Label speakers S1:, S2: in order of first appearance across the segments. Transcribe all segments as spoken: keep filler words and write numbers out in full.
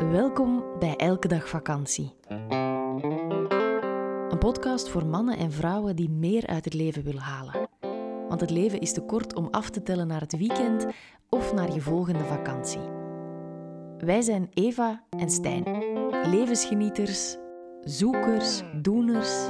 S1: Welkom bij Elke Dag Vakantie. Een podcast voor mannen en vrouwen die meer uit het leven willen halen. Want het leven is te kort om af te tellen naar het weekend of naar je volgende vakantie. Wij zijn Eva en Stijn. Levensgenieters, zoekers, doeners.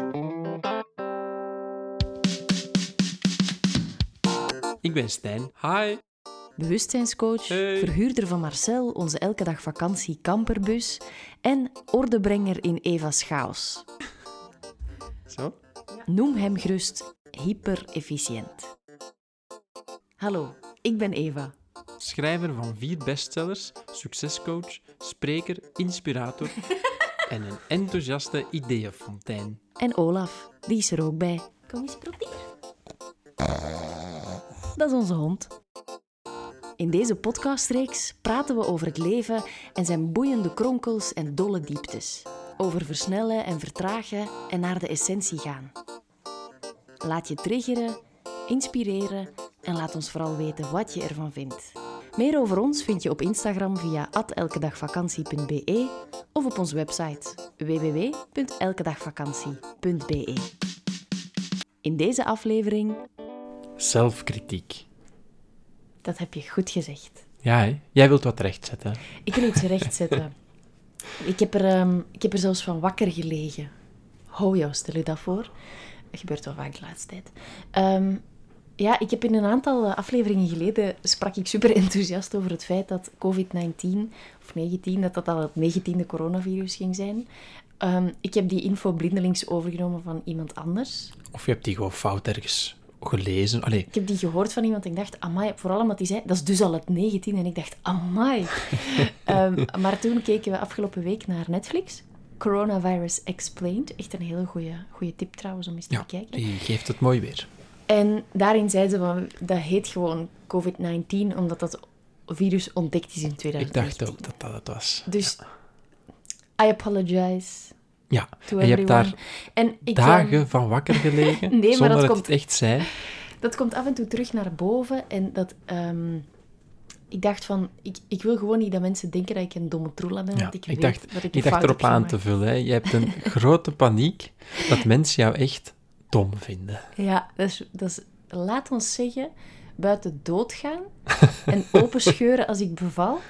S2: Ik ben Stijn. Hi.
S1: Bewustzijnscoach,
S2: Hey.
S1: verhuurder van Marcel, onze Elke Dag Vakantie camperbus en ordebrenger in Eva's chaos.
S2: Zo?
S1: Noem hem gerust hyper-efficiënt. Hallo, ik ben Eva.
S2: Schrijver van vier bestsellers, succescoach, spreker, inspirator en een enthousiaste ideeënfontein.
S1: En Olaf, die is er ook bij. Kom eens proberen. Dat is onze hond. In deze podcastreeks praten we over het leven en zijn boeiende kronkels en dolle dieptes. Over versnellen en vertragen en naar de essentie gaan. Laat je triggeren, inspireren en laat ons vooral weten wat je ervan vindt. Meer over ons vind je op Instagram via at elkedagvakantie punt be of op onze website w w w punt elkedagvakantie punt be. In deze aflevering...
S2: Zelfkritiek.
S1: Dat heb je goed gezegd.
S2: Ja, hè? Jij wilt wat rechtzetten.
S1: Ik wil iets rechtzetten. ik, heb er, um, ik heb er zelfs van wakker gelegen. Ho, jou, stel je dat voor. Dat gebeurt wel vaak de laatste tijd. Um, ja, ik heb in een aantal afleveringen geleden sprak ik super enthousiast over het feit dat covid negentien, of negentien, dat dat al het negentiende coronavirus ging zijn. Um, ik heb die info blindelings overgenomen van iemand anders.
S2: Of je hebt die gewoon fout ergens gelezen. Allee.
S1: Ik heb die gehoord van iemand en ik dacht, amai, vooral omdat hij zei, dat is dus al het negentien. En ik dacht, amai. um, maar toen keken we afgelopen week naar Netflix. Coronavirus Explained. Echt een hele goede tip trouwens om eens te
S2: Ja,
S1: bekijken.
S2: die geeft het mooi weer.
S1: En daarin zeiden ze van, dat heet gewoon covid negentien, omdat dat virus ontdekt is in twintig negentien.
S2: Ik dacht ook dat dat het was.
S1: Dus,
S2: ja.
S1: I apologize.
S2: Ja,
S1: to
S2: en je hebt daar
S1: en ik,
S2: dagen
S1: um,
S2: van wakker gelegen,
S1: nee,
S2: zonder
S1: dat
S2: dat
S1: komt,
S2: je het echt zei.
S1: Dat komt af en toe terug naar boven. En dat, um, ik dacht van, ik, ik wil gewoon niet dat mensen denken dat ik een domme troela ben.
S2: Ja,
S1: want ik,
S2: ik
S1: weet
S2: dacht,
S1: dat ik,
S2: ik dacht erop aan te vullen. Hè. Je hebt een grote paniek dat mensen jou echt dom vinden.
S1: Ja, dat is, dat is, laat ons zeggen, buiten doodgaan en openscheuren als ik beval.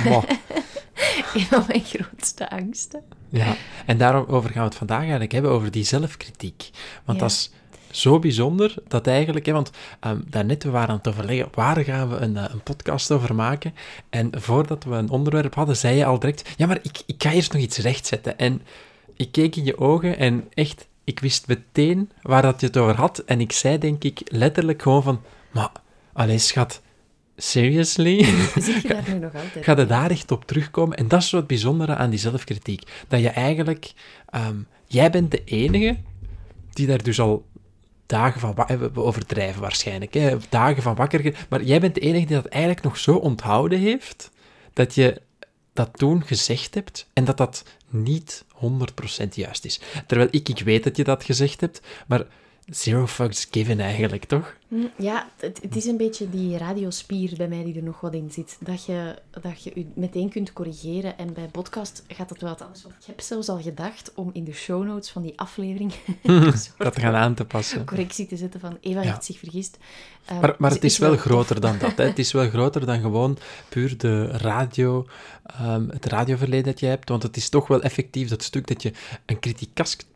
S1: Een van mijn grootste angsten.
S2: Ja, en daarover gaan we het vandaag eigenlijk hebben, over die zelfkritiek. Want
S1: ja.
S2: dat is zo bijzonder, dat eigenlijk... Hè, want um, daarnet, we waren aan het overleggen, waar gaan we een, uh, een podcast over maken? En voordat we een onderwerp hadden, zei je al direct... Ja, maar ik, ik ga eerst nog iets rechtzetten. En ik keek in je ogen en echt, ik wist meteen waar dat je het over had. En ik zei, denk ik, letterlijk gewoon van... Maar, allee, schat... Seriously?
S1: Zit je daar nu nog altijd?
S2: Ga je daar echt op terugkomen? En dat is zo het bijzondere aan die zelfkritiek. Dat je eigenlijk... Um, jij bent de enige die daar dus al dagen van... We overdrijven waarschijnlijk, hè, dagen van wakker... Maar jij bent de enige die dat eigenlijk nog zo onthouden heeft, dat je dat toen gezegd hebt en dat dat niet honderd procent juist is. Terwijl ik, ik weet dat je dat gezegd hebt, maar... Zero fucks given eigenlijk, toch?
S1: Ja, het, het is een beetje die radiospier bij mij die er nog wat in zit. Dat je, dat je je meteen kunt corrigeren. En bij podcast gaat het wel wat anders. Want ik heb zelfs al gedacht om in de show notes van die aflevering...
S2: dat te gaan aan te passen.
S1: ...correctie te zetten van Eva ja. heeft zich vergist.
S2: Um, maar maar het is wel groter dan dat. Hè? Het is wel groter dan gewoon puur de radio, um, het radioverleden dat je hebt. Want het is toch wel effectief dat stuk dat je een criticast...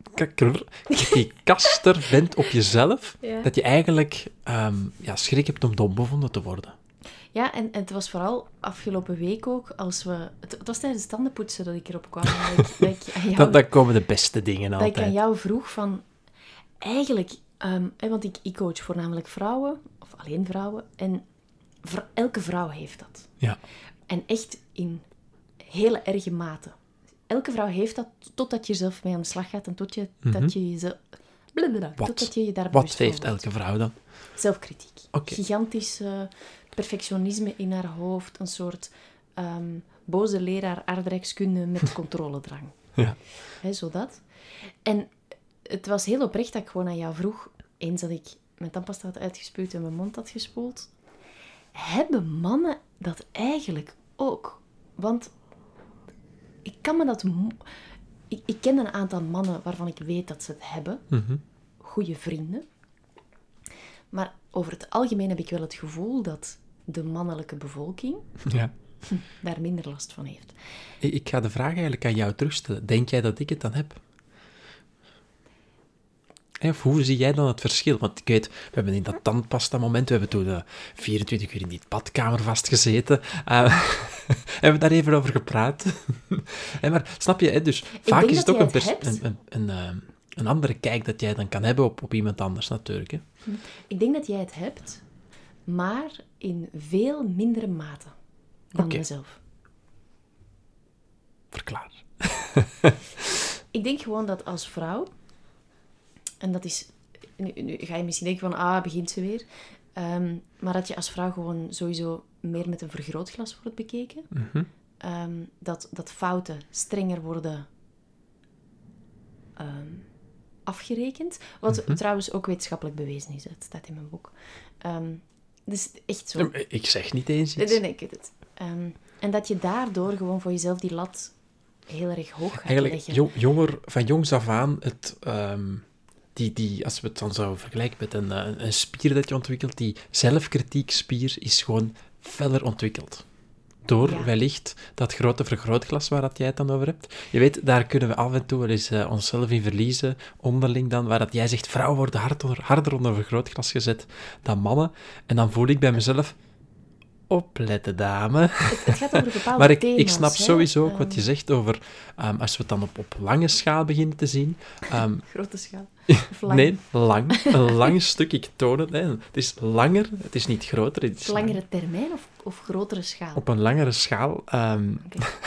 S2: kritiekaster bent op jezelf, ja. Dat je eigenlijk um, ja, schrik hebt om dom bevonden te worden.
S1: Ja, en, en het was vooral afgelopen week ook, als we... Het, het was tijdens het tandenpoetsen dat ik erop kwam. Dat ik, dat ik aan jou,
S2: dat, dan komen de beste dingen
S1: dat
S2: altijd.
S1: Dat ik aan jou vroeg van... Eigenlijk, um, hè, want ik, ik coach voornamelijk vrouwen, of alleen vrouwen, en v- elke vrouw heeft dat.
S2: Ja.
S1: En echt in hele erge mate. Elke vrouw heeft dat, totdat je zelf mee aan de slag gaat en tot je, mm-hmm. dat je jezelf... Blablabla,
S2: Wat?
S1: Totdat je je daar
S2: Wat heeft elke vrouw dan?
S1: Zelfkritiek.
S2: Okay.
S1: Gigantisch uh, perfectionisme in haar hoofd. Een soort um, boze leraar aardrijkskunde met controledrang.
S2: Ja.
S1: He, zo dat. En het was heel oprecht dat ik gewoon aan jou vroeg, eens dat ik mijn tandpasta had uitgespuwd en mijn mond had gespoeld, hebben mannen dat eigenlijk ook? Want ik kan me dat... Mo- ik, ik ken een aantal mannen waarvan ik weet dat ze het hebben.
S2: Mm-hmm.
S1: Goede vrienden. Maar over het algemeen heb ik wel het gevoel dat de mannelijke bevolking
S2: Ja.
S1: daar minder last van heeft.
S2: Ik ik ga de vraag eigenlijk aan jou terugstellen. Denk jij dat ik het dan heb? Of hoe zie jij dan het verschil? Want ik weet, we hebben in dat tandpasta-moment, we hebben toen uh, vierentwintig uur in die badkamer vastgezeten. Uh, hebben we daar even over gepraat. Hey, maar snap je, hè, dus vaak
S1: denk
S2: is het
S1: dat
S2: ook een,
S1: jij
S2: pers-
S1: het hebt.
S2: een, een, een, uh, een andere kijk dat jij dan kan hebben op, op iemand anders natuurlijk. Hè.
S1: Ik denk dat jij het hebt, maar in veel mindere mate dan
S2: Oké.
S1: mezelf.
S2: Verklaar.
S1: Ik denk gewoon dat als vrouw, en dat is, nu, nu ga je misschien denken van, ah, begint ze weer. Um, maar dat je als vrouw gewoon sowieso meer met een vergrootglas wordt bekeken.
S2: Mm-hmm.
S1: Um, dat, dat fouten strenger worden um, afgerekend. Wat
S2: Mm-hmm.
S1: trouwens ook wetenschappelijk bewezen is. Het staat in mijn boek. Um, dus echt zo.
S2: Ik zeg niet eens
S1: Nee,
S2: iets.
S1: nee, nee, ik weet het. Um, en dat je daardoor gewoon voor jezelf die lat heel erg hoog gaat
S2: Eigenlijk
S1: leggen.
S2: jong, jonger, van jongs af aan, het, um, die, die, als we het dan zouden vergelijken met een, een, een spier dat je ontwikkelt, die zelfkritiekspier is gewoon feller ontwikkeld. Door
S1: Ja.
S2: wellicht dat grote vergrootglas waar dat jij het dan over hebt. Je weet, daar kunnen we af en toe wel eens uh, onszelf in verliezen, onderling dan, waar dat jij zegt, vrouwen worden hard onder, harder onder vergrootglas gezet dan mannen. En dan voel ik bij mezelf, opletten, dame.
S1: Het, het gaat over bepaalde
S2: Maar ik,
S1: thema's.
S2: ik snap
S1: hè.
S2: sowieso ook
S1: Um,
S2: wat je zegt over, um, als we het dan op, op lange schaal beginnen te zien. Um,
S1: Grote schaal. Of lang.
S2: nee, lang. Een lang stuk, ik toon het. Hè. Het is langer, het is niet groter. Het is
S1: Langere termijn of, of grotere schaal?
S2: op een langere schaal. Um,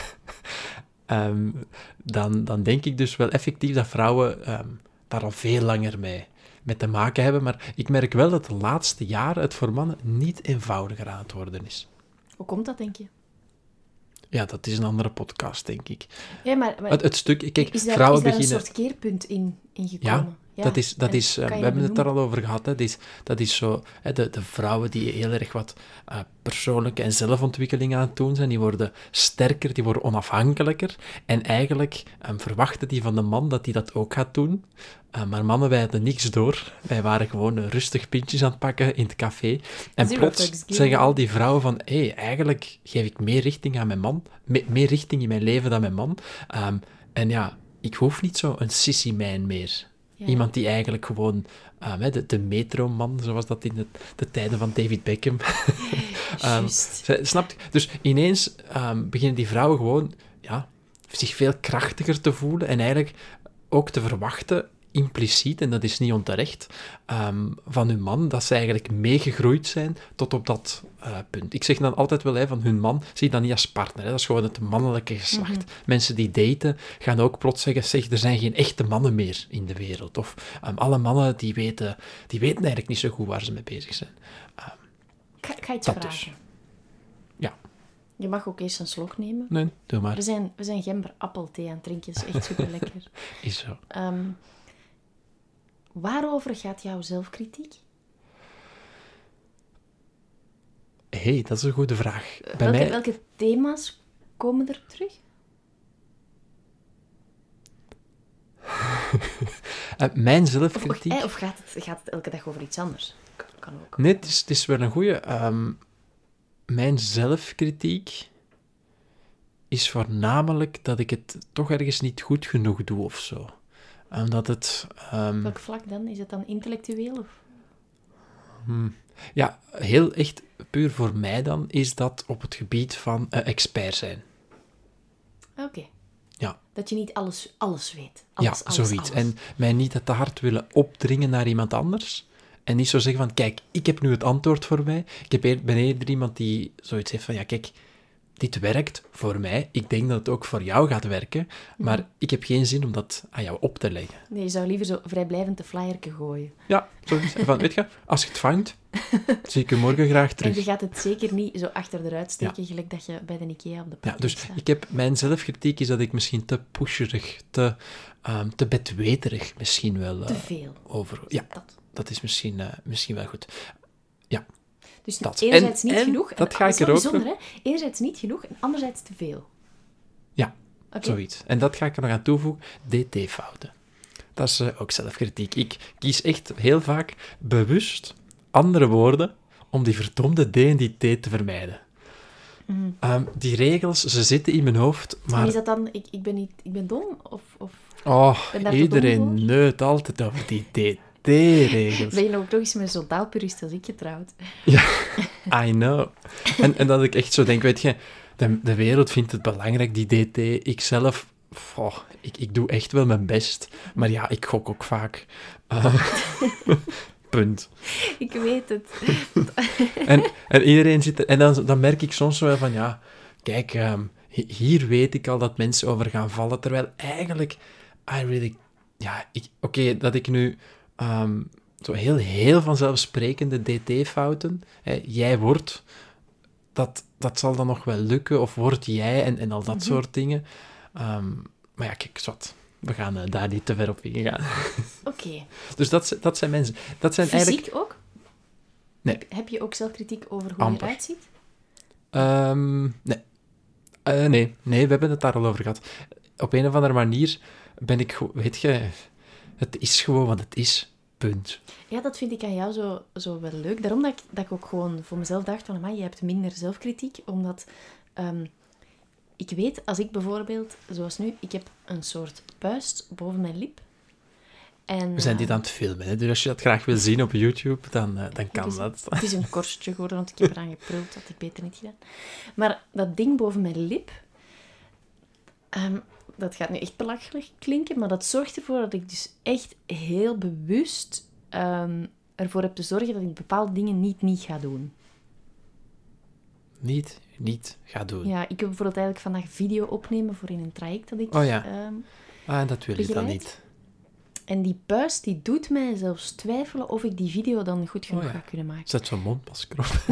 S1: Okay.
S2: um, dan, dan denk ik dus wel effectief dat vrouwen um, daar al veel langer mee, mee te maken hebben. Maar ik merk wel dat de laatste jaren het voor mannen niet eenvoudiger aan het worden is.
S1: Hoe komt dat, denk je?
S2: Ja, dat is een andere podcast, denk ik.
S1: Ja, maar, maar
S2: Het, het stuk, kijk,
S1: is daar,
S2: vrouwen
S1: is daar
S2: beginnen...
S1: een soort keerpunt in, in gekomen?
S2: Ja, dat is... Dat
S1: en
S2: is uh, we
S1: kan je
S2: hebben
S1: dat
S2: het daar
S1: benoemen?
S2: al over gehad. Hè. Dat, is, dat is zo... Hè, de, de vrouwen die heel erg wat uh, persoonlijke en zelfontwikkeling aan het doen zijn, die worden sterker, die worden onafhankelijker. En eigenlijk um, verwachten die van de man dat hij dat ook gaat doen. Uh, maar mannen, wij hadden niks door. Wij waren gewoon uh, rustig pintjes aan het pakken in het café. En
S1: Zero
S2: plots
S1: thugs given.
S2: zeggen al die vrouwen van, hé, hey, eigenlijk geef ik meer richting aan mijn man. Me- meer richting in mijn leven dan mijn man. Um, en ja, ik hoef niet zo een sissy-mijn meer.
S1: Ja.
S2: Iemand die eigenlijk gewoon, um, de, de metroman, zoals dat in de, de tijden van David Beckham. um,
S1: Juist.
S2: snap je? Dus ineens um, beginnen die vrouwen gewoon ja, zich veel krachtiger te voelen en eigenlijk ook te verwachten, impliciet, en dat is niet onterecht, um, van hun man, dat ze eigenlijk meegegroeid zijn tot op dat uh, punt. Ik zeg dan altijd wel, hè, van hun man, zie je dat niet als partner. Hè, dat is gewoon het mannelijke geslacht.
S1: Mm-hmm.
S2: Mensen die daten, gaan ook plots zeggen, zeg, er zijn geen echte mannen meer in de wereld. Of um, alle mannen, die weten, die weten eigenlijk niet zo goed waar ze mee bezig zijn. Um,
S1: Ik ga, ik ga iets
S2: dat
S1: vragen.
S2: dus. Ja.
S1: Je mag ook eerst een slok nemen.
S2: Nee, doe maar.
S1: We zijn, we zijn gember-appelthee aan het drinken. Dat is echt super lekker.
S2: Is zo.
S1: Um, waarover gaat jouw zelfkritiek?
S2: Hé, hey, dat is een goede vraag. Bij
S1: Welke,
S2: mij...
S1: welke thema's komen er terug?
S2: uh, mijn
S1: Of,
S2: zelfkritiek...
S1: of, eh, of gaat, het, gaat het elke dag over iets anders? Kan, kan ook.
S2: Nee, het is, het is wel een goeie. Um, mijn zelfkritiek is voornamelijk dat ik het toch ergens niet goed genoeg doe of zo. Omdat het... Um,
S1: Welk vlak dan? Is het dan intellectueel? Of?
S2: hmm, ja, heel echt puur voor mij dan, is dat op het gebied van uh, expert zijn.
S1: Oké. Okay.
S2: Ja.
S1: Dat je niet alles, alles weet. Alles,
S2: ja,
S1: alles,
S2: zoiets.
S1: alles.
S2: En mij niet te hard willen opdringen naar iemand anders. En niet zo zeggen van, kijk, ik heb nu het antwoord voor mij. Ik heb eer, ben eerder iemand die zoiets heeft van, ja, kijk, dit werkt voor mij. Ik denk dat het ook voor jou gaat werken. Maar
S1: Mm-hmm.
S2: ik heb geen zin om dat aan jou op te leggen.
S1: Nee, je zou liever zo vrijblijvend de flyerke gooien.
S2: Ja, zoiets. Van, weet je, als je het vangt, zie ik je morgen graag terug.
S1: En je gaat het zeker niet zo achter de ruit steken, ja. gelijk dat je bij de Ikea op de
S2: Ja,
S1: parking
S2: dus
S1: staat.
S2: ik heb, mijn zelfkritiek is dat ik misschien te pusherig, te, um, te bedweterig misschien wel... Uh,
S1: te veel.
S2: Over, ja,
S1: dat.
S2: dat is misschien, uh, misschien wel goed. Ja.
S1: Dus
S2: dat.
S1: enerzijds
S2: en,
S1: niet
S2: en,
S1: genoeg.
S2: Dat
S1: en,
S2: ga ik er ook...
S1: bijzonder, hè? Enerzijds niet genoeg en anderzijds te veel.
S2: Ja.
S1: Okay.
S2: Zoiets. En dat ga ik er nog aan toevoegen. D T-fouten. Dat is uh, ook zelfkritiek. Ik kies echt heel vaak bewust andere woorden om die verdomde D en die T te vermijden. Mm. Um, die regels, ze zitten in mijn hoofd, maar...
S1: En is dat dan, ik, ik, ben, niet, ik ben dom? Of, of
S2: oh, iedereen neut altijd over die D T-regels.
S1: Ben je ook nog eens met zo'n taalpurist als ik getrouwd?
S2: Ja, I know. En, en dat ik echt zo denk, weet je, de, de wereld vindt het belangrijk, die D T. Ikzelf, oh, ik, ik doe echt wel mijn best. Maar ja, ik gok ook vaak. Uh, punt.
S1: Ik weet het.
S2: en, en iedereen zit er, en dan, dan merk ik soms wel van, ja, kijk, um, hier weet ik al dat mensen over gaan vallen, terwijl eigenlijk, I really, ja, oké, okay, dat ik nu um, zo heel, heel vanzelfsprekende D T-fouten, hè, jij wordt, dat, dat zal dan nog wel lukken, of word jij, en, en al dat mm-hmm. soort dingen. Um, maar ja, kijk, wat. We gaan uh, daar niet te ver op ingaan.
S1: Oké. Okay.
S2: Dus dat, dat zijn mensen. Dat zijn
S1: Fysiek
S2: eigenlijk...
S1: ook?
S2: Nee.
S1: Heb, heb je ook zelfkritiek over hoe
S2: Amper.
S1: je eruit ziet?
S2: Um, nee. Uh, nee. Nee, we hebben het daar al over gehad. Op een of andere manier ben ik... Weet je, het is gewoon wat het is. Punt.
S1: Ja, dat vind ik aan jou zo, zo wel leuk. Daarom dat ik, dat ik ook gewoon voor mezelf dacht van, amai, je hebt minder zelfkritiek, omdat... Um, ik weet, als ik bijvoorbeeld, zoals nu, ik heb een soort puist boven mijn lip. En,
S2: we zijn dit aan het filmen, hè? Dus als je dat graag wil zien op YouTube, dan, uh, dan kan
S1: het is,
S2: dat.
S1: Het is een korstje geworden, want ik heb eraan geprult, dat had ik beter niet gedaan. Maar dat ding boven mijn lip, um, dat gaat nu echt belachelijk klinken, maar dat zorgt ervoor dat ik dus echt heel bewust um, ervoor heb te zorgen dat ik bepaalde dingen niet niet ga doen.
S2: Niet, niet ga doen.
S1: Ja, ik wil bijvoorbeeld eigenlijk vandaag video opnemen voor in een traject dat ik
S2: Oh ja.
S1: Um,
S2: ah, en dat wil je dan niet.
S1: En die puist, die doet mij zelfs twijfelen of ik die video dan goed genoeg oh ja. ga kunnen maken.
S2: Zet zo'n mondmasker op.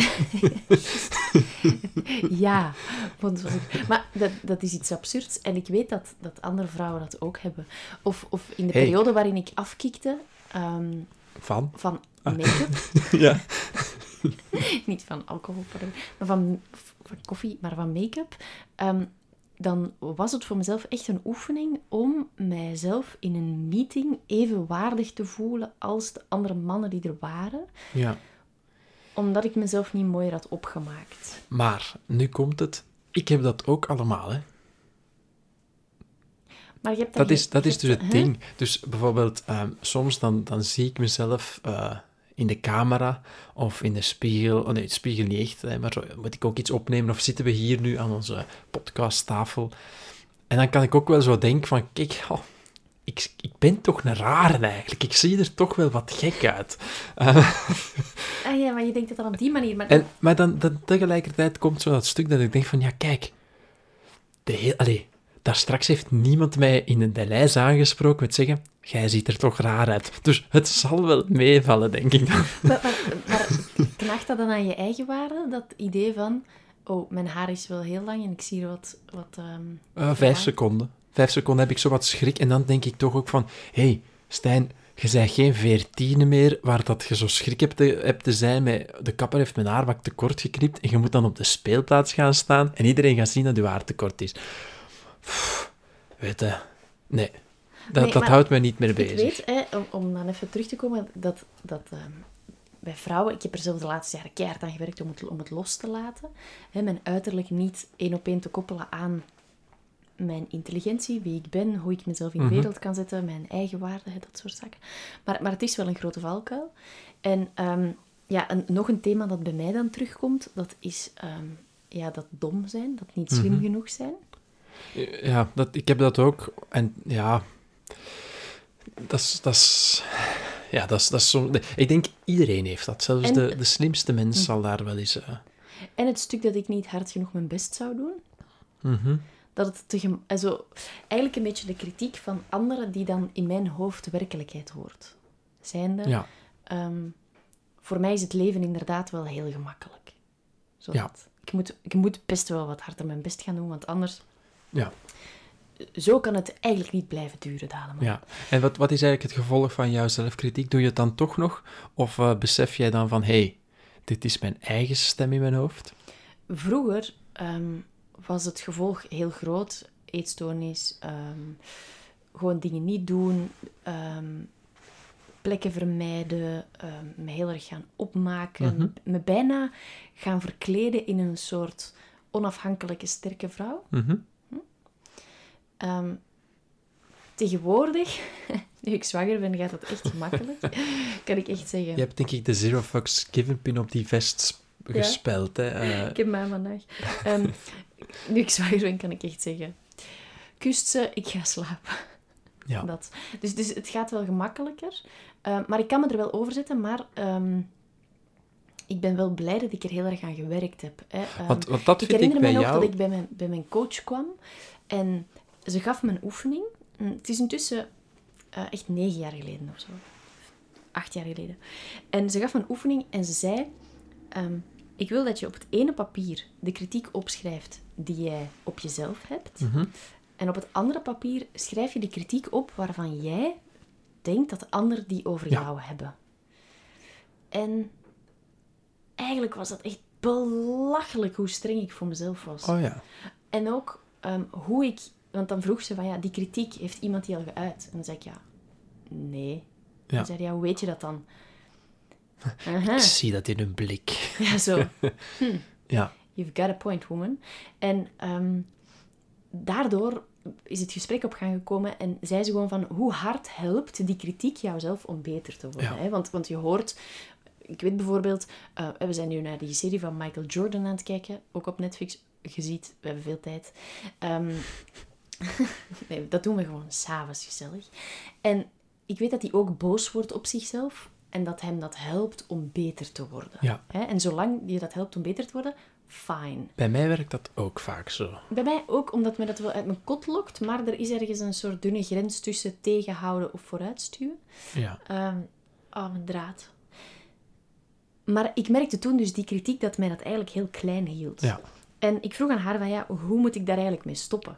S1: Ja, want, maar dat, dat is iets absurds. En ik weet dat, dat andere vrouwen dat ook hebben. Of, of in de hey. periode waarin ik afkikte... Um,
S2: van?
S1: Van make-up.
S2: Ja.
S1: Niet van alcohol, maar van, van koffie, maar van make-up. Um, dan was het voor mezelf echt een oefening om mijzelf in een meeting even waardig te voelen als de andere mannen die er waren.
S2: Ja.
S1: Omdat ik mezelf niet mooier had opgemaakt.
S2: Maar, nu komt het. Ik heb dat ook allemaal, hè.
S1: Maar je hebt
S2: dat
S1: je,
S2: is, dat
S1: je
S2: is dus het hè? ding. Dus bijvoorbeeld, um, soms dan, dan zie ik mezelf... Uh, in de camera of in de spiegel. Oh nee, het spiegel niet echt, hè, maar zo, moet ik ook iets opnemen of zitten we hier nu aan onze podcasttafel. En dan kan ik ook wel zo denken van, kijk, oh, ik, ik ben toch een rare eigenlijk. Ik zie er toch wel wat gek uit. Uh,
S1: ah ja, maar je denkt het dan op die manier. Maar,
S2: en, maar dan, dan tegelijkertijd komt zo dat stuk dat ik denk van, ja kijk, de heel, allez, daar straks heeft niemand mij in de lijst aangesproken met zeggen, jij ziet er toch raar uit. Dus het zal wel meevallen, denk ik dan.
S1: Maar, maar, maar knaagt dat dan aan je eigen waarde? Dat idee van, oh, mijn haar is wel heel lang en ik zie er wat... wat um,
S2: uh, vijf seconden. Vijf seconden heb ik zo wat schrik en dan denk ik toch ook van, hé, hey, Stijn, je bent geen veertiende meer waar dat je zo schrik hebt te, hebt te zijn met de kapper heeft mijn haar wat te kort geknipt en je moet dan op de speelplaats gaan staan en iedereen gaat zien dat je haar te kort is. Pff, weet je, nee. Dat, nee, dat houdt mij niet meer bezig.
S1: Ik weet, hè, om, om dan even terug te komen, dat, dat uh, bij vrouwen... Ik heb er zelf de laatste jaren keihard aan gewerkt om het, om het los te laten. Hè, mijn uiterlijk niet één op één te koppelen aan mijn intelligentie, wie ik ben, hoe ik mezelf in de wereld kan zetten, mijn eigen waarde, hè, dat soort zaken. Maar, maar het is wel een grote valkuil. En um, ja, een, nog een thema dat bij mij dan terugkomt, dat is um, ja, dat dom zijn, dat niet slim mm-hmm. genoeg zijn.
S2: Ja, dat, ik heb dat ook. En ja... Dat is... Dat is ja, dat is, dat is zo... Ik denk, iedereen heeft dat. Zelfs en, de, de slimste mens mm. zal daar wel eens... Uh...
S1: En het stuk dat ik niet hard genoeg mijn best zou doen.
S2: Mm-hmm.
S1: Dat het te gem... also, eigenlijk een beetje de kritiek van anderen die dan in mijn hoofd werkelijkheid hoort. Zijnde...
S2: Ja.
S1: Um, voor mij is het leven inderdaad wel heel gemakkelijk. Zodat
S2: ja.
S1: ik, moet, ik moet best wel wat harder mijn best gaan doen, want anders...
S2: Ja.
S1: Zo kan het eigenlijk niet blijven duren, allemaal.
S2: Ja. En wat, wat is eigenlijk het gevolg van jouw zelfkritiek? Doe je het dan toch nog? Of uh, besef jij dan van, hé, hey, dit is mijn eigen stem in mijn hoofd?
S1: Vroeger um, was het gevolg heel groot. eetstoornis, um, gewoon dingen niet doen, um, plekken vermijden, um, me heel erg gaan opmaken,
S2: Mm-hmm.
S1: me bijna gaan verkleden in een soort onafhankelijke, sterke vrouw.
S2: Mm-hmm.
S1: Um, tegenwoordig, nu ik zwanger ben, gaat dat echt gemakkelijk. Kan ik echt zeggen.
S2: Je hebt denk ik de Zero Fucks Given pin op die vest
S1: Ja.
S2: gespeld. Hè? Uh...
S1: Ik heb mij vandaag. Um, nu ik zwanger ben, kan ik echt zeggen. Kust ze, ik ga slapen.
S2: Ja.
S1: Dat. Dus, dus het gaat wel gemakkelijker. Uh, maar ik kan me er wel over zetten, maar um, ik ben wel blij dat ik er heel erg aan gewerkt heb. Hè. Um,
S2: want, want dat
S1: ik
S2: vind
S1: herinner
S2: ik bij
S1: me nog
S2: jou...
S1: dat ik bij mijn, bij mijn coach kwam en ze gaf me een oefening. Het is intussen uh, echt negen jaar geleden of zo. Acht jaar geleden. En ze gaf me een oefening en ze zei... Um, ik wil dat je op het ene papier de kritiek opschrijft die jij op jezelf hebt.
S2: Mm-hmm.
S1: En op het andere papier schrijf je de kritiek op waarvan jij denkt dat de anderen die over
S2: ja.
S1: jou hebben. En eigenlijk was dat echt belachelijk hoe streng ik voor mezelf was.
S2: Oh ja.
S1: En ook um, hoe ik... Want dan vroeg ze van, ja, die kritiek, heeft iemand die al geuit? En dan zei ik, ja, nee.
S2: Ja.
S1: Dan zei hij, ja, hoe weet je dat dan? Aha.
S2: Ik zie dat in hun blik.
S1: Ja, zo. Hm.
S2: Ja.
S1: You've got a point, woman. En um, daardoor is het gesprek op gang gekomen en zei ze gewoon van, hoe hard helpt die kritiek jouzelf om beter te worden?
S2: Ja.
S1: Hè? Want, want je hoort... Ik weet bijvoorbeeld... Uh, we zijn nu naar die serie van Michael Jordan aan het kijken, ook op Netflix. Je ziet, we hebben veel tijd. Um, nee, dat doen we gewoon 's avonds gezellig. En ik weet dat hij ook boos wordt op zichzelf en dat hem dat helpt om beter te worden.
S2: Ja.
S1: Hè? En zolang je dat helpt om beter te worden, fine.
S2: Bij mij werkt dat ook vaak zo.
S1: Bij mij ook, omdat me dat wel uit mijn kot lokt, maar er is ergens een soort dunne grens tussen tegenhouden of vooruitstuwen.
S2: Ja.
S1: Um, oh, mijn draad. Maar ik merkte toen dus die kritiek dat mij dat eigenlijk heel klein hield.
S2: Ja.
S1: En ik vroeg aan haar van, ja, hoe moet ik daar eigenlijk mee stoppen?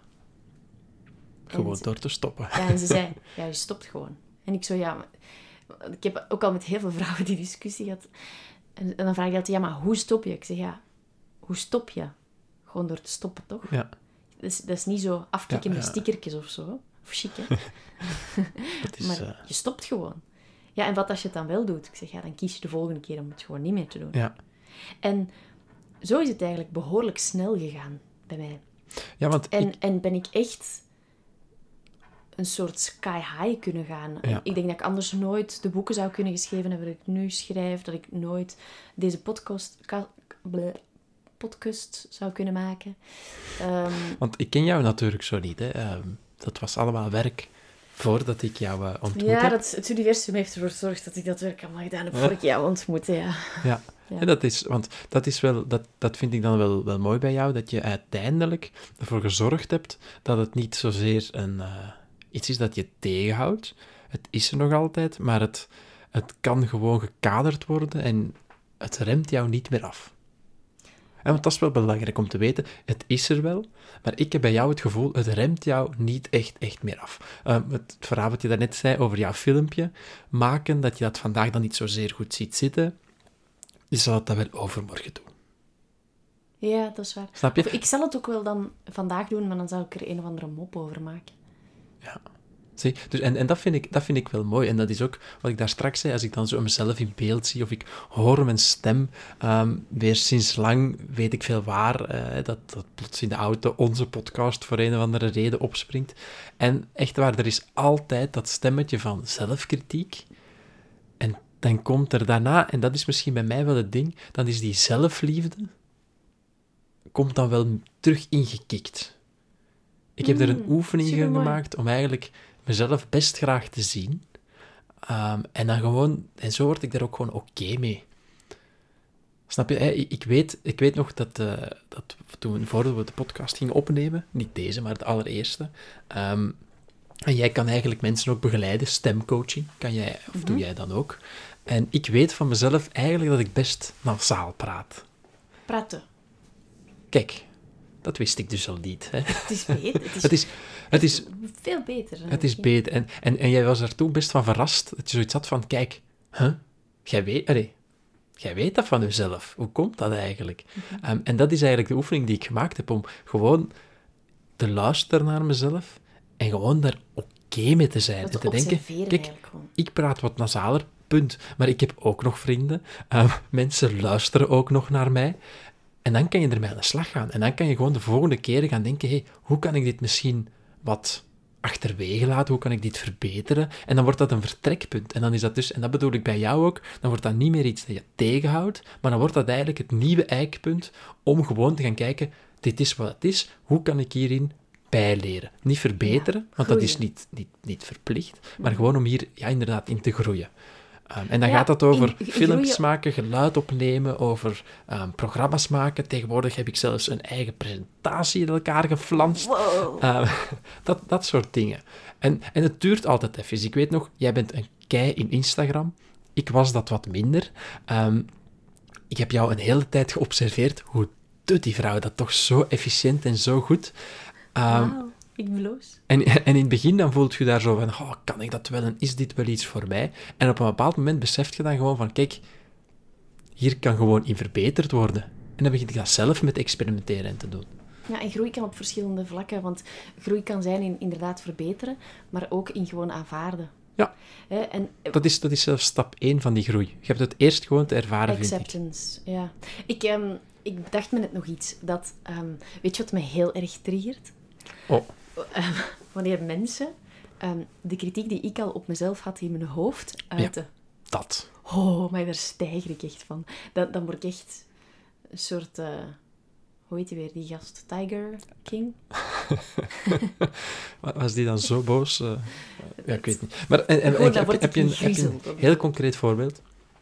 S2: Gewoon
S1: ze,
S2: door te stoppen.
S1: Ja, en ze zei, ja, je stopt gewoon. En ik zo, ja... Maar, ik heb ook al met heel veel vrouwen die discussie gehad. En, en dan vraag je altijd, ja, maar hoe stop je? Ik zeg, ja, hoe stop je? Gewoon door te stoppen, toch?
S2: Ja.
S1: Dat is, dat is niet zo afklikken
S2: ja,
S1: met
S2: ja.
S1: stickertjes of zo. Of chic, hè?
S2: is,
S1: maar
S2: uh...
S1: je stopt gewoon. Ja, en wat als je het dan wel doet? Ik zeg, ja, dan kies je de volgende keer om het gewoon niet meer te doen.
S2: Ja.
S1: En zo is het eigenlijk behoorlijk snel gegaan bij mij.
S2: Ja, want
S1: en,
S2: ik...
S1: en ben ik echt een soort sky high kunnen gaan.
S2: Ja.
S1: Ik denk dat ik anders nooit de boeken zou kunnen geschreven hebben dat ik nu schrijf. Dat ik nooit deze podcast, ka, bleh, podcast zou kunnen maken. Um,
S2: want ik ken jou natuurlijk zo niet. Hè. Um, dat was allemaal werk voordat ik jou uh, ontmoette.
S1: Ja, dat, het universum heeft ervoor gezorgd dat ik dat werk allemaal gedaan heb voor ik jou ontmoette, ja.
S2: Ja, ja. En dat is, want dat is wel, dat, dat vind ik dan wel, wel mooi bij jou, dat je uiteindelijk ervoor gezorgd hebt dat het niet zozeer een, uh, iets is dat je tegenhoudt. Het is er nog altijd, maar het, het kan gewoon gekaderd worden en het remt jou niet meer af. En want dat is wel belangrijk om te weten, het is er wel, maar ik heb bij jou het gevoel, het remt jou niet echt, echt meer af. Um, het verhaal wat je daarnet zei over jouw filmpje maken, dat je dat vandaag dan niet zozeer goed ziet zitten, je zal het dan wel overmorgen doen.
S1: Ja, dat is waar.
S2: Snap je?
S1: Of ik zal het ook wel dan vandaag doen, maar dan zal ik er een of andere mop over maken.
S2: Ja. Zie? Dus, en en dat, vind ik, dat vind ik wel mooi. En dat is ook wat ik daar straks zei, als ik dan zo mezelf in beeld zie, of ik hoor mijn stem, um, weer sinds lang weet ik veel waar, uh, dat, dat plots in de auto onze podcast voor een of andere reden opspringt. En echt waar, er is altijd dat stemmetje van zelfkritiek. En dan komt er daarna, en dat is misschien bij mij wel het ding, dan is die zelfliefde, komt dan wel terug ingekikt. Ik heb mm, er een oefening in gemaakt om eigenlijk mezelf best graag te zien. Um, en dan gewoon, en zo word ik daar ook gewoon oké okay mee. Snap je? Ik, ik, weet, ik weet nog dat, uh, dat toen, voordat we de podcast gingen opnemen, niet deze, maar de allereerste, um, en jij kan eigenlijk mensen ook begeleiden, stemcoaching, kan jij, of mm-hmm. doe jij dan ook. En ik weet van mezelf eigenlijk dat ik best nasaal praat.
S1: Praten.
S2: Kijk, dat wist ik dus al niet. Hè.
S1: Het is beter. Het is,
S2: het is, het is
S1: veel beter.
S2: Het is beter. En, en, en jij was er toen best van verrast, dat je zoiets had van, kijk, huh? jij, weet, allee, jij weet dat van jezelf. Hoe komt dat eigenlijk? Mm-hmm. Um, en dat is eigenlijk de oefening die ik gemaakt heb, om gewoon te luisteren naar mezelf en gewoon daar oké mee te zijn.
S1: Dat
S2: en te
S1: te
S2: denken,
S1: observeren
S2: kijk,
S1: eigenlijk gewoon.
S2: ik praat wat nasaler, punt. Maar ik heb ook nog vrienden. Uh, mensen luisteren ook nog naar mij. En dan kan je ermee aan de slag gaan. En dan kan je gewoon de volgende keren gaan denken, hey, hoe kan ik dit misschien wat achterwege laten? Hoe kan ik dit verbeteren? En dan wordt dat een vertrekpunt. En dan is dat dus, en dat bedoel ik bij jou ook, dan wordt dat niet meer iets dat je tegenhoudt, maar dan wordt dat eigenlijk het nieuwe eikpunt om gewoon te gaan kijken, dit is wat het is, hoe kan ik hierin bijleren? Niet verbeteren,
S1: Ja,
S2: want dat is niet, niet, niet verplicht, maar
S1: Mhm.
S2: gewoon om hier ja, inderdaad in te groeien. Um, en dan
S1: Ja,
S2: gaat dat over
S1: in- in
S2: filmpjes
S1: groeien-
S2: maken, geluid opnemen, over um, programma's maken. Tegenwoordig heb ik zelfs een eigen presentatie in elkaar geflanst.
S1: Wow.
S2: Uh, dat, dat soort dingen. En, en het duurt altijd even. Ik weet nog, jij bent een kei in Instagram. Ik was dat wat minder. Um, ik heb jou een hele tijd geobserveerd. Hoe doet die vrouw dat toch zo efficiënt en zo goed? Um,
S1: Wauw, ik bloos.
S2: En, en in het begin dan voelt je daar zo van, oh, kan ik dat wel en is dit wel iets voor mij? En op een bepaald moment beseft je dan gewoon van, kijk, hier kan gewoon in verbeterd worden. En dan begin je dat zelf met experimenteren en te doen.
S1: Ja, en groei kan op verschillende vlakken, want groei kan zijn in inderdaad verbeteren, maar ook in gewoon aanvaarden.
S2: Ja,
S1: Hè, en
S2: dat is, dat is zelfs stap één van die groei. Je hebt het eerst gewoon te ervaren, vind ik.
S1: acceptance, ja. Ik, um, ik bedacht me net nog iets, dat, um, weet je wat mij heel erg triggert?
S2: Oh,
S1: Um, wanneer mensen um, de kritiek die ik al op mezelf had in mijn hoofd uiten.
S2: dat.
S1: Oh, maar daar stijger ik echt van. Dan, dan word ik echt een soort... Uh, hoe heet die weer, die gast? Tiger King?
S2: Was die dan zo boos? Uh, ja, ik weet niet. Maar en, en,
S1: Gewoon,
S2: en,
S1: dan
S2: heb,
S1: word
S2: heb,
S1: ik
S2: je een, heb je
S1: gegriezeld.
S2: een heel concreet voorbeeld?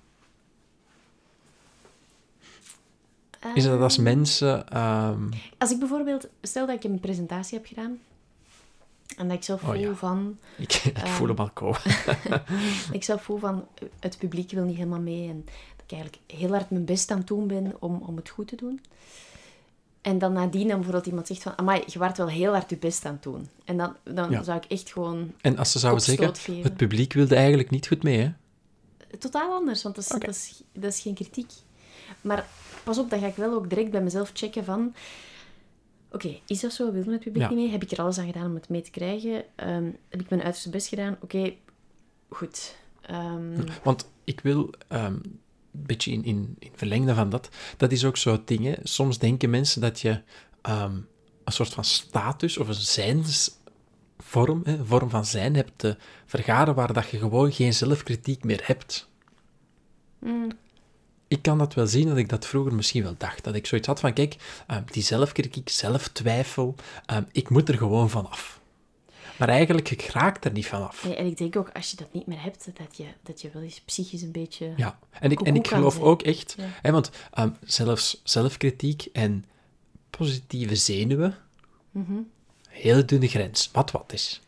S2: Is dat als
S1: Um,
S2: mensen... Um...
S1: Als ik bijvoorbeeld... Stel dat ik een presentatie heb gedaan en dat ik zelf voel
S2: Oh, ja.
S1: van...
S2: Ik, ik
S1: um,
S2: voel hem al komen.
S1: ik zelf voel van, het publiek wil niet helemaal mee en dat ik eigenlijk heel hard mijn best aan het doen ben om, om het goed te doen. En dan nadien dan bijvoorbeeld iemand zegt van, amai, je waart wel heel hard je best aan het doen. En dan, dan
S2: Ja.
S1: zou ik echt gewoon
S2: En als ze zouden zeggen,
S1: kopstoot geven.
S2: het publiek wilde eigenlijk niet goed mee, hè?
S1: Totaal anders, want dat is,
S2: Oké.
S1: dat, is, dat is geen kritiek. Maar pas op, dan ga ik wel ook direct bij mezelf checken van... Oké, okay, is dat zo? Wil het publiek
S2: Ja.
S1: niet mee? Heb ik er alles aan gedaan om het mee te krijgen? Um, heb ik mijn uiterste best gedaan? Oké, okay, goed. Um...
S2: Want ik wil... Um, een beetje in, in, in verlengde van dat, dat is ook zo'n ding, hè. Soms denken mensen dat je um, een soort van status of een zijnsvorm, hè, een vorm van zijn hebt te vergaren waar dat je gewoon geen zelfkritiek meer hebt.
S1: Mm.
S2: Ik kan dat wel zien, dat ik dat vroeger misschien wel dacht. Dat ik zoiets had van, kijk, um, die zelfkritiek, zelftwijfel, um, ik moet er gewoon vanaf. Maar eigenlijk, ik raak er niet vanaf.
S1: Nee, en ik denk ook, als je dat niet meer hebt, dat je, dat je wel eens psychisch een beetje...
S2: Ja, en ik, en ik geloof
S1: zijn.
S2: ook echt...
S1: Ja.
S2: Hè, want um, zelfs zelfkritiek en positieve zenuwen,
S1: Mm-hmm.
S2: hele dunne grens. Wat wat is.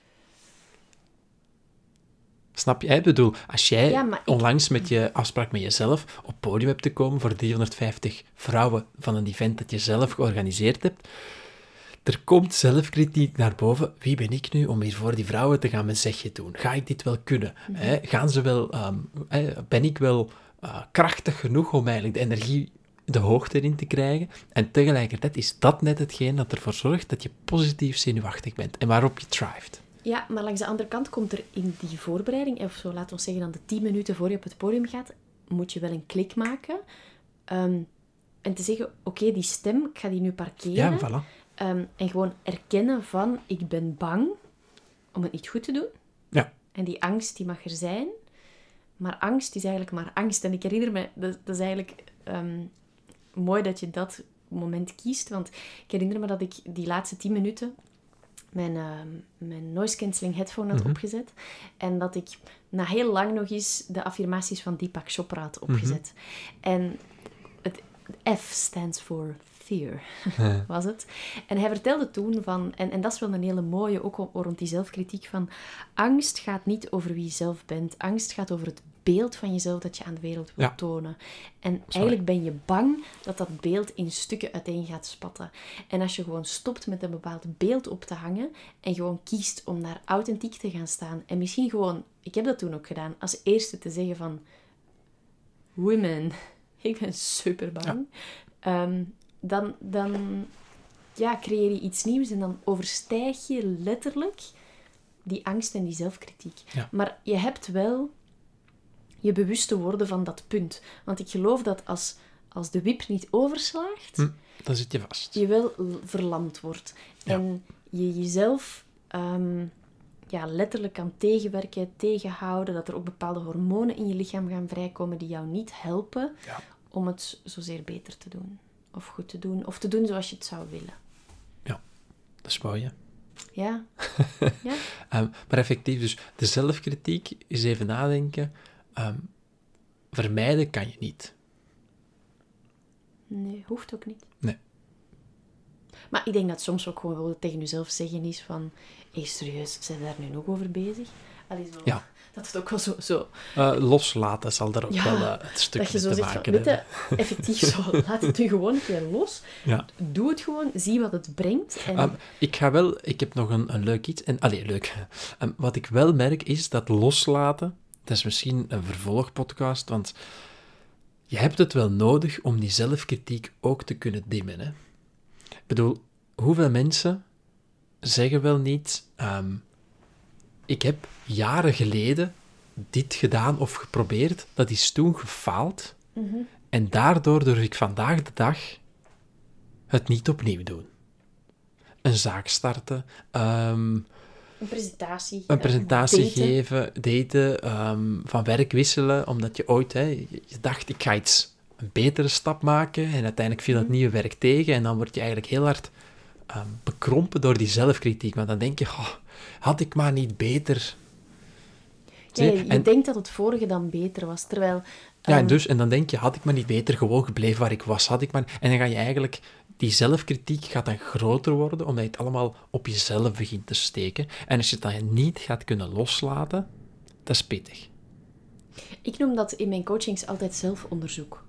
S2: Snap je? Ik bedoel, als jij
S1: Ja, maar ik-
S2: onlangs met je afspraak met jezelf op podium hebt te komen voor driehonderdvijftig vrouwen van een event dat je zelf georganiseerd hebt, er komt zelfkritiek naar boven. Wie ben ik nu om hier voor die vrouwen te gaan mijn zegje doen? Ga ik dit wel kunnen?
S1: Mhm.
S2: Hè? Gaan ze wel, um, hè, ben ik wel uh, krachtig genoeg om eigenlijk de energie de hoogte in te krijgen? En tegelijkertijd is dat net hetgeen dat ervoor zorgt dat je positief zenuwachtig bent en waarop je thrived.
S1: Ja, maar langs de andere kant komt er in die voorbereiding, of zo laten we zeggen dan de tien minuten voor je op het podium gaat, moet je wel een klik maken. Um, en te zeggen, oké, okay, die stem, ik ga die nu parkeren.
S2: Ja, voilà.
S1: Um, en gewoon erkennen van, ik ben bang om het niet goed te doen.
S2: Ja.
S1: En die angst, die mag er zijn. Maar angst is eigenlijk maar angst. En ik herinner me, dat, dat is eigenlijk um, mooi dat je dat moment kiest. Want ik herinner me dat ik die laatste tien minuten mijn, uh, mijn noise cancelling headphone had mm-hmm. opgezet. En dat ik na heel lang nog eens de affirmaties van Deepak Chopra had opgezet. Mm-hmm. En het F stands for fear, ja. was het. En hij vertelde toen van, en, en dat is wel een hele mooie, ook rond die zelfkritiek, van angst gaat niet over wie je zelf bent. Angst gaat over het beeld van jezelf dat je aan de wereld wil ja. tonen. En eigenlijk ben je bang dat dat beeld in stukken uiteen gaat spatten. En als je gewoon stopt met een bepaald beeld op te hangen en gewoon kiest om daar authentiek te gaan staan en misschien gewoon, ik heb dat toen ook gedaan, als eerste te zeggen van women, ik ben super bang. Ja. Um, dan, dan ja, creëer je iets nieuws en dan overstijg je letterlijk die angst en die zelfkritiek.
S2: Ja.
S1: Maar je hebt wel je bewust te worden van dat punt. Want ik geloof dat als, als de wip niet overslaagt,
S2: Hm, dan zit je vast.
S1: je wel verlamd wordt.
S2: Ja.
S1: En je jezelf um, ja, letterlijk kan tegenwerken, tegenhouden, dat er ook bepaalde hormonen in je lichaam gaan vrijkomen die jou niet helpen
S2: Ja.
S1: om het zozeer beter te doen. Of goed te doen. Of te doen zoals je het zou willen.
S2: Ja, dat is mooi, hè?
S1: Ja. ja.
S2: Um, maar effectief, dus de zelfkritiek is even nadenken. Um, vermijden kan je niet.
S1: Nee, hoeft ook niet.
S2: Nee.
S1: Maar ik denk dat soms ook gewoon wel tegen jezelf zeggen is van... Hé, hey, serieus, zijn we daar nu nog over bezig? Allee, zo,
S2: Ja.
S1: Dat het ook wel zo... zo
S2: Uh, loslaten zal daar ook
S1: ja,
S2: wel uh, het stuk
S1: dat je
S2: mee
S1: zo
S2: te
S1: zegt
S2: maken
S1: van, weet
S2: hebben.
S1: je, effectief zo, laat het nu gewoon een keer los.
S2: Ja.
S1: Doe het gewoon, zie wat het brengt. En...
S2: Um, ik ga wel... Ik heb nog een, een leuk iets. En, allee, leuk. Um, wat ik wel merk is dat loslaten... Dat is misschien een vervolgpodcast, want... Je hebt het wel nodig om die zelfkritiek ook te kunnen dimmen, hè? Ik bedoel, hoeveel mensen zeggen wel niet... Um, ik heb jaren geleden dit gedaan of geprobeerd, dat is toen gefaald,
S1: Mm-hmm.
S2: en daardoor durf ik vandaag de dag het niet opnieuw doen. Een zaak starten, um,
S1: Een presentatie.
S2: een presentatie
S1: daten.
S2: geven, daten, um, van werk wisselen, omdat je ooit, hè, je dacht, ik ga iets, een betere stap maken, en uiteindelijk viel het nieuwe werk tegen, en dan word je eigenlijk heel hard um, bekrompen door die zelfkritiek. Maar dan denk je, oh, had ik maar niet beter...
S1: Ja, je, je
S2: en,
S1: denkt dat het vorige dan beter was, terwijl...
S2: ja, en,
S1: um,
S2: dus, en dan denk je, had ik maar niet beter gewoon gebleven waar ik was, had ik maar... En dan ga je eigenlijk... Die zelfkritiek gaat dan groter worden, omdat je het allemaal op jezelf begint te steken. En als je het dan niet gaat kunnen loslaten, dat is pittig.
S1: Ik noem dat in mijn coachings altijd zelfonderzoek.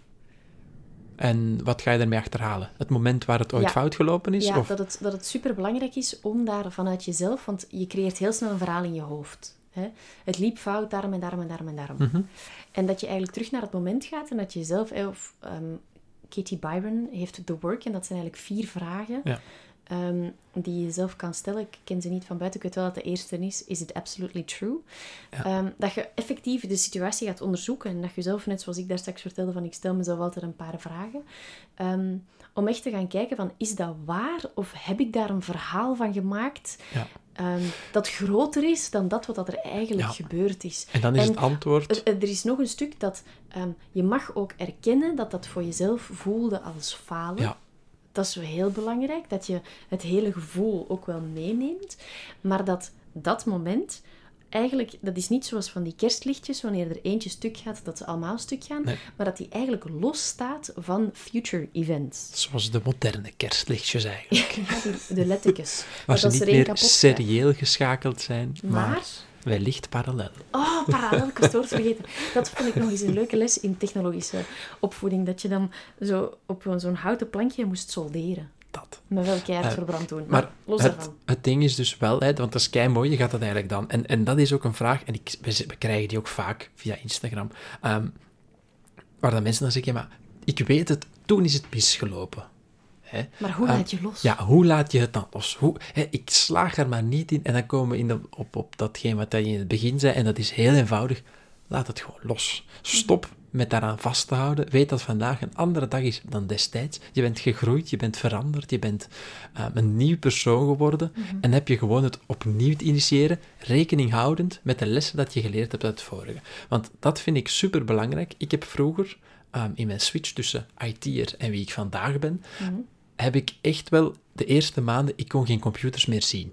S2: En wat ga je daarmee achterhalen? Het moment waar het ooit
S1: Ja.
S2: fout gelopen is?
S1: Ja,
S2: of?
S1: dat het, dat het superbelangrijk is om daar vanuit jezelf... Want je creëert heel snel een verhaal in je hoofd. Hè? Het liep fout, daarom en daarom en daarom en daarom.
S2: Mm-hmm.
S1: En dat je eigenlijk terug naar het moment gaat en dat je jezelf... Of, um, Katie Byron heeft The Work en dat zijn eigenlijk vier vragen...
S2: Ja.
S1: Um, die je zelf kan stellen. Ik ken ze niet van buiten. Ik weet wel dat de eerste is, is it absolutely true?
S2: Ja.
S1: Um, dat je effectief de situatie gaat onderzoeken en dat je zelf, net zoals ik daar straks vertelde, van ik stel mezelf altijd een paar vragen. Um, om echt te gaan kijken van, is dat waar? Of heb ik daar een verhaal van gemaakt
S2: Ja.
S1: um, dat groter is dan dat wat er eigenlijk
S2: Ja.
S1: gebeurd is?
S2: En dan is
S1: En
S2: het antwoord...
S1: Er, er is nog een stuk dat um, je mag ook erkennen dat dat voor jezelf voelde als falen.
S2: Ja.
S1: Dat is heel belangrijk, dat je het hele gevoel ook wel meeneemt. Maar dat dat moment, eigenlijk, dat is niet zoals van die kerstlichtjes, wanneer er eentje stuk gaat, dat ze allemaal stuk gaan.
S2: Nee.
S1: Maar dat die eigenlijk losstaat van future events.
S2: Zoals de moderne kerstlichtjes eigenlijk.
S1: Ja, die- de lettekes.
S2: Waar
S1: Want
S2: ze
S1: als
S2: niet
S1: er één
S2: meer
S1: kapot gaat-
S2: serieel geschakeld zijn, maar,
S1: Maar...
S2: wellicht parallel.
S1: Oh, parallel, ik was het woord vergeten. Dat vond ik nog eens een leuke les in technologische opvoeding. Dat je dan zo op een- zo'n houten plankje moest solderen.
S2: Dat.
S1: Met wel keihard
S2: Uh,
S1: verbrand doen. Maar,
S2: Maar
S1: los
S2: het,
S1: daarvan.
S2: het ding is dus wel, hè, want dat is keimooi, je gaat dat eigenlijk dan... En, en dat is ook een vraag, en ik, we, we krijgen die ook vaak via Instagram, um, waar dan mensen dan zeggen, ja, maar ik weet het, toen is het misgelopen. Hè?
S1: Maar hoe
S2: Um,
S1: laat je los?
S2: Ja, hoe laat je het dan los? Hoe, hè, ik slaag er maar niet in. En dan komen we in de, op, op datgene wat je in het begin zei, en dat is heel eenvoudig. Laat het gewoon los. Stop met daaraan vast te houden. Weet dat vandaag een andere dag is dan destijds. Je bent gegroeid, je bent veranderd, je bent uh, een nieuw persoon geworden. Mm-hmm. En heb je gewoon het opnieuw te initiëren, rekening houdend met de lessen dat je geleerd hebt uit het vorige. Want dat vind ik superbelangrijk. Ik heb vroeger, um, in mijn switch tussen I T'er en wie ik vandaag ben,
S1: Mm-hmm.
S2: heb ik echt wel de eerste maanden, ik kon geen computers meer zien.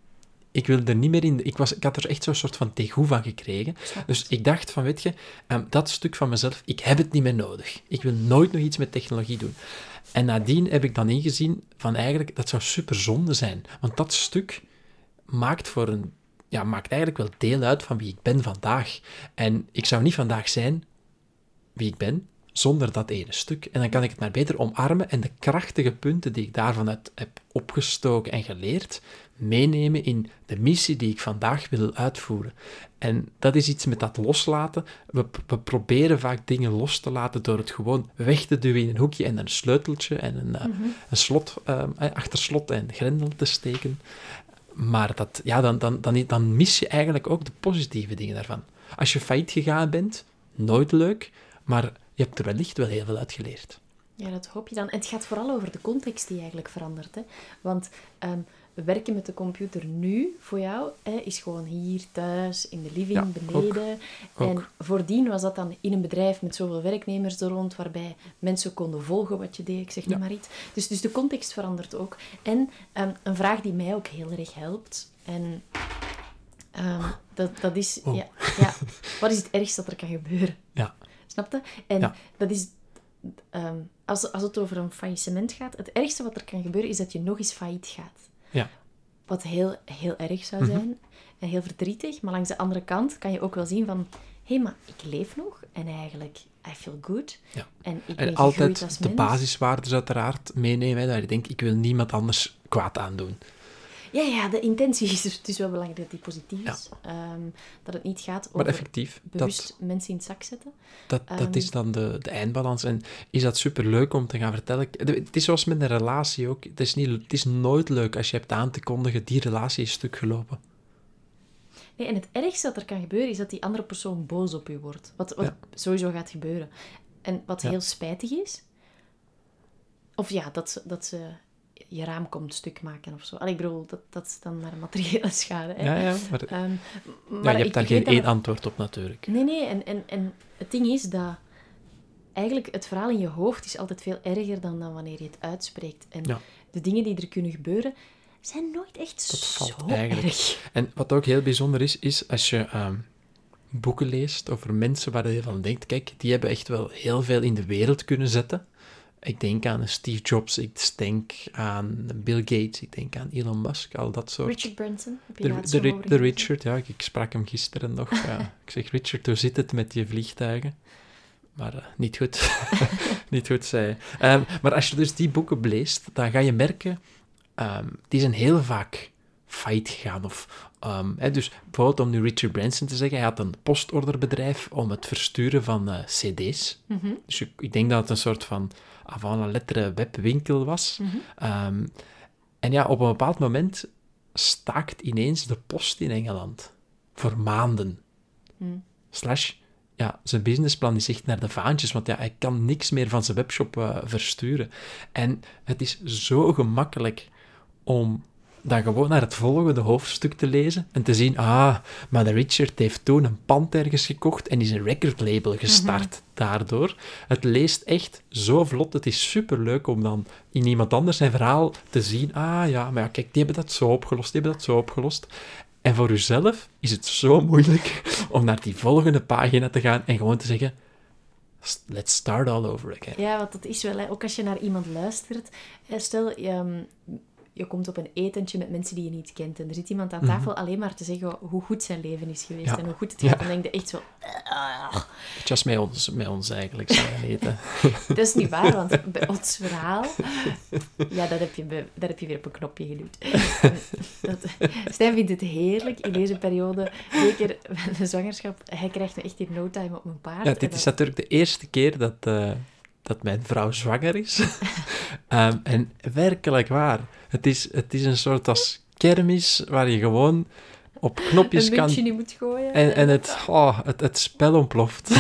S2: Ik wilde er niet meer in... Ik, was, ik had er echt zo'n soort van tegoe van gekregen. Dus ik dacht van, weet je, um, dat stuk van mezelf, ik heb het niet meer nodig. Ik wil nooit nog iets met technologie doen. En nadien heb ik dan ingezien van eigenlijk, dat zou super zonde zijn. Want dat stuk maakt, voor een, ja, maakt eigenlijk wel deel uit van wie ik ben vandaag. En ik zou niet vandaag zijn wie ik ben, zonder dat ene stuk. En dan kan ik het maar beter omarmen en de krachtige punten die ik daarvan uit heb opgestoken en geleerd, meenemen in de missie die ik vandaag wil uitvoeren. En dat is iets met dat loslaten. We, we proberen vaak dingen los te laten door het gewoon weg te duwen in een hoekje en een sleuteltje en een, uh, mm-hmm. een slot, uh, achter slot en grendel te steken. Maar dat, ja, dan, dan, dan, dan mis je eigenlijk ook de positieve dingen daarvan. Als je failliet gegaan bent, nooit leuk, maar je hebt er wellicht wel heel veel uit geleerd.
S1: Ja, dat hoop je dan. En het gaat vooral over de context die eigenlijk verandert. Hè? Want um, werken met de computer nu, voor jou, hè, is gewoon hier, thuis, in de living, ja, beneden. Ook, ook. En voordien was dat dan in een bedrijf met zoveel werknemers er rond, waarbij mensen konden volgen wat je deed, ik zeg ja. maar iets. Dus, dus de context verandert ook. En um, een vraag die mij ook heel erg helpt, en um, dat, dat is, oh. ja, ja, wat is het ergste dat er kan gebeuren?
S2: Ja.
S1: Snap je? En
S2: ja.
S1: dat is... Um, als, als het over een faillissement gaat, het ergste wat er kan gebeuren is dat je nog eens failliet gaat.
S2: Ja.
S1: Wat heel, heel erg zou zijn mm-hmm. en heel verdrietig. Maar langs de andere kant kan je ook wel zien van... Hé, hey, maar ik leef nog en eigenlijk, I feel good.
S2: Ja.
S1: En ik
S2: en
S1: ben
S2: altijd
S1: als
S2: de
S1: mens.
S2: basiswaarden uiteraard meenemen. Dat je denkt, ik wil niemand anders kwaad aandoen.
S1: Ja, ja, de intentie is er. Het is wel belangrijk dat die positief is. Ja. Um, dat het niet gaat over
S2: maar effectief,
S1: bewust
S2: dat,
S1: mensen in het zak zetten.
S2: Dat, dat um, is dan de, de eindbalans. En is dat superleuk om te gaan vertellen? Het is zoals met een relatie ook. Het is, niet, het is nooit leuk als je hebt aan te kondigen, die relatie is stuk gelopen.
S1: Nee, en het ergste dat er kan gebeuren, is dat die andere persoon boos op je wordt. Wat, wat ja. sowieso gaat gebeuren. En wat ja. heel spijtig is... Of ja, dat ze... Dat ze je raam komt stuk maken of zo. Allee, ik bedoel, dat, dat is dan maar een materiële schade. Hè.
S2: Ja, ja, maar,
S1: um,
S2: maar
S1: ja,
S2: je hebt
S1: ik,
S2: daar
S1: ik
S2: geen één
S1: dat...
S2: antwoord op natuurlijk.
S1: Nee, nee, en, en, en het ding is dat eigenlijk het verhaal in je hoofd is altijd veel erger dan, dan wanneer je het uitspreekt. En
S2: ja.
S1: de dingen die er kunnen gebeuren, zijn nooit echt
S2: dat
S1: zo
S2: valt eigenlijk.
S1: erg.
S2: En wat ook heel bijzonder is, is als je um, boeken leest over mensen waar je van denkt, kijk, die hebben echt wel heel veel in de wereld kunnen zetten. Ik denk aan Steve Jobs, ik denk aan Bill Gates, ik denk aan Elon Musk, al dat soort...
S1: Richard Branson, heb je
S2: de,
S1: laatst
S2: de,
S1: over
S2: de Richard, ja, ik, ik sprak hem gisteren nog. Ja. Ik zeg, Richard, hoe zit het met je vliegtuigen? Maar uh, niet goed. niet goed, zei hij. Um, maar als je dus die boeken leest, dan ga je merken, um, die zijn heel vaak failliet gegaan. Of, um, hè, dus bijvoorbeeld om nu Richard Branson te zeggen, hij had een postorderbedrijf om het versturen van uh, cd's.
S1: Mm-hmm.
S2: Dus ik, ik denk dat het een soort van avant la lettre webwinkel was.
S1: Mm-hmm.
S2: Um, en ja, op een bepaald moment staakt ineens de post in Engeland. Voor maanden.
S1: Mm.
S2: Slash, ja, zijn businessplan is echt naar de vaantjes, want ja, hij kan niks meer van zijn webshop uh, versturen. En het is zo gemakkelijk om dan gewoon naar het volgende hoofdstuk te lezen en te zien, ah, maar de Richard heeft toen een pand ergens gekocht en is een recordlabel gestart mm-hmm. daardoor. Het leest echt zo vlot, het is superleuk om dan in iemand anders zijn verhaal te zien, ah ja, maar ja, kijk, die hebben dat zo opgelost, die hebben dat zo opgelost. En voor uzelf is het zo moeilijk om naar die volgende pagina te gaan en gewoon te zeggen, let's start all over again.
S1: Ja, want dat is wel, hè, ook als je naar iemand luistert, stel... Um, je komt op een etentje met mensen die je niet kent en er zit iemand aan tafel mm-hmm. alleen maar te zeggen hoe goed zijn leven is geweest ja. en hoe goed het gaat. Ja. Dan denk je echt zo...
S2: Het was met ons, met ons eigenlijk, zou je weten.
S1: Dat is niet waar, want bij ons verhaal... Ja, dat heb je, bij, daar heb je weer op een knopje geduwd. Dat, Stijn vindt het heerlijk in deze periode, zeker met de zwangerschap. Hij krijgt me echt in no time op mijn paard.
S2: Ja, dit is dat... natuurlijk de eerste keer dat... Uh... dat mijn vrouw zwanger is. um, en werkelijk waar. Het is, het is een soort als kermis waar je gewoon op knopjes
S1: een
S2: kan...
S1: Een muntje moet gooien.
S2: En, en het, oh, het, het spel ontploft.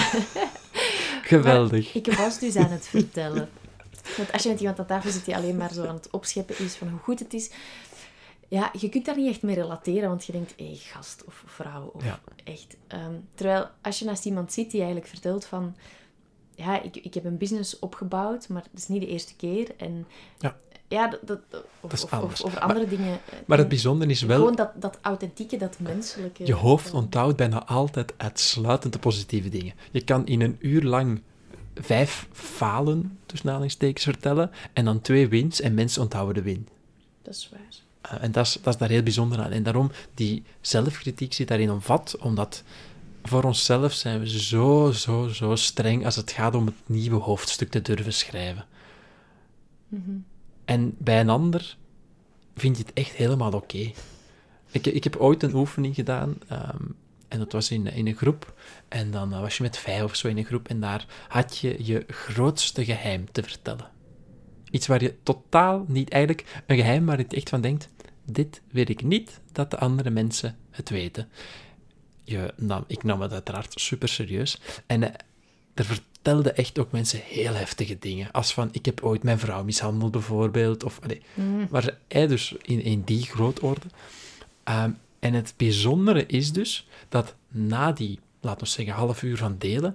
S2: Geweldig.
S1: Maar ik was dus aan het vertellen. Want als je met iemand aan tafel zit die alleen maar zo aan het opscheppen is van hoe goed het is... Ja, je kunt daar niet echt mee relateren, want je denkt, hé, hey, gast of vrouw, of
S2: ja.
S1: echt. Um, terwijl als je naast iemand zit die eigenlijk vertelt van... Ja, ik, ik heb een business opgebouwd, maar het is niet de eerste keer. En
S2: ja,
S1: ja dat, dat, of,
S2: dat is
S1: of,
S2: anders.
S1: Of over andere
S2: maar,
S1: dingen.
S2: Maar het bijzondere is wel...
S1: Gewoon dat, dat authentieke, dat menselijke.
S2: Je hoofd onthoudt bijna altijd uitsluitend de positieve dingen. Je kan in een uur lang vijf falen, tussen aanhalingstekens, vertellen, en dan twee wins, en mensen onthouden de win.
S1: Dat is waar.
S2: Uh, en dat is, dat is daar heel bijzonder aan. En daarom, die zelfkritiek zit daarin omvat, omdat... voor onszelf zijn we zo, zo, zo streng als het gaat om het nieuwe hoofdstuk te durven schrijven.
S1: Mm-hmm.
S2: En bij een ander vind je het echt helemaal oké. Okay. Ik, ik heb ooit een oefening gedaan, um, en dat was in, in een groep. En dan uh, was je met vijf of zo in een groep, en daar had je je grootste geheim te vertellen. Iets waar je totaal niet, eigenlijk een geheim waar je echt van denkt, dit weet ik niet dat de andere mensen het weten. Je nam, ik nam het uiteraard super serieus. En uh, er vertelden echt ook mensen heel heftige dingen. Als van, ik heb ooit mijn vrouw mishandeld bijvoorbeeld. Of, allee,
S1: Mm.
S2: maar hij dus in, in die grootorde. Um, en het bijzondere is dus dat na die, laten we zeggen, half uur van delen,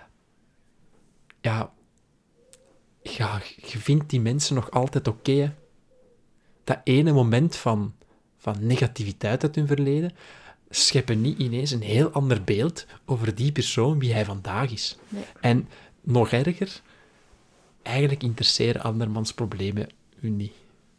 S2: ja, ja je vindt die mensen nog altijd oké. Okay, dat ene moment van, van negativiteit uit hun verleden scheppen niet ineens een heel ander beeld over die persoon wie hij vandaag is.
S1: Nee.
S2: En nog erger, eigenlijk interesseren andermans problemen u niet.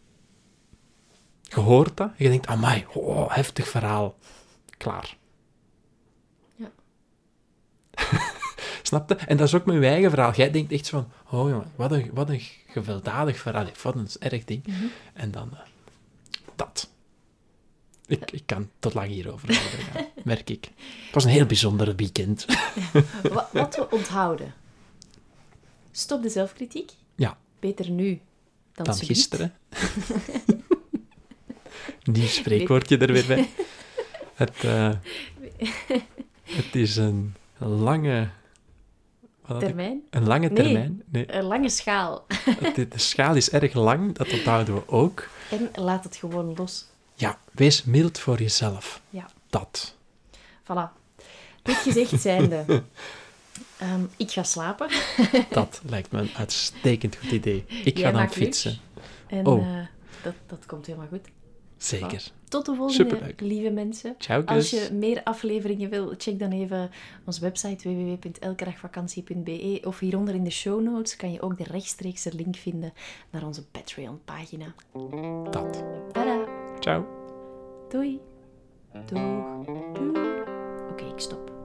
S2: Je hoort dat, je denkt, amai, oh, heftig verhaal. Klaar.
S1: Ja.
S2: Snap je? En dat is ook met je eigen verhaal. Jij denkt echt van, oh jongen, wat een, wat een gewelddadig verhaal. Wat een erg ding.
S1: Mm-hmm.
S2: En dan, uh, dat. Ik, ik kan tot lang hierover gaan, merk ik. Het was een heel bijzonder weekend.
S1: Wat, wat we onthouden. Stop de zelfkritiek.
S2: Ja.
S1: Beter nu dan,
S2: Dan
S1: subiet.
S2: gisteren. Nieuw spreekwoordje er weer bij. Het, uh, het is een lange... Wat
S1: Termijn?
S2: Een lange
S1: Nee,
S2: termijn. Nee.
S1: Een lange schaal.
S2: Het, de schaal is erg lang, dat onthouden we ook.
S1: En laat het gewoon los.
S2: Ja, wees mild voor jezelf.
S1: Ja.
S2: Dat.
S1: Voilà. Dit gezegd zijnde. Um, ik ga slapen.
S2: Dat lijkt me een uitstekend goed idee. Ik
S1: Jij
S2: ga dan
S1: maakt
S2: fietsen.
S1: lunch. En
S2: Oh.
S1: uh, dat, dat komt helemaal goed.
S2: Zeker.
S1: Voilà. Tot de volgende,
S2: Superleuk.
S1: lieve mensen.
S2: Ciao,
S1: Als
S2: Gus.
S1: je meer afleveringen wil, check dan even onze website w w w punt elke dag vakantie punt b e of hieronder in de show notes kan je ook de rechtstreekse link vinden naar onze Patreon-pagina.
S2: Dat.
S1: Tada!
S2: Ciao.
S1: Doei! Doeg! Doei! Oké, okay, ik stop.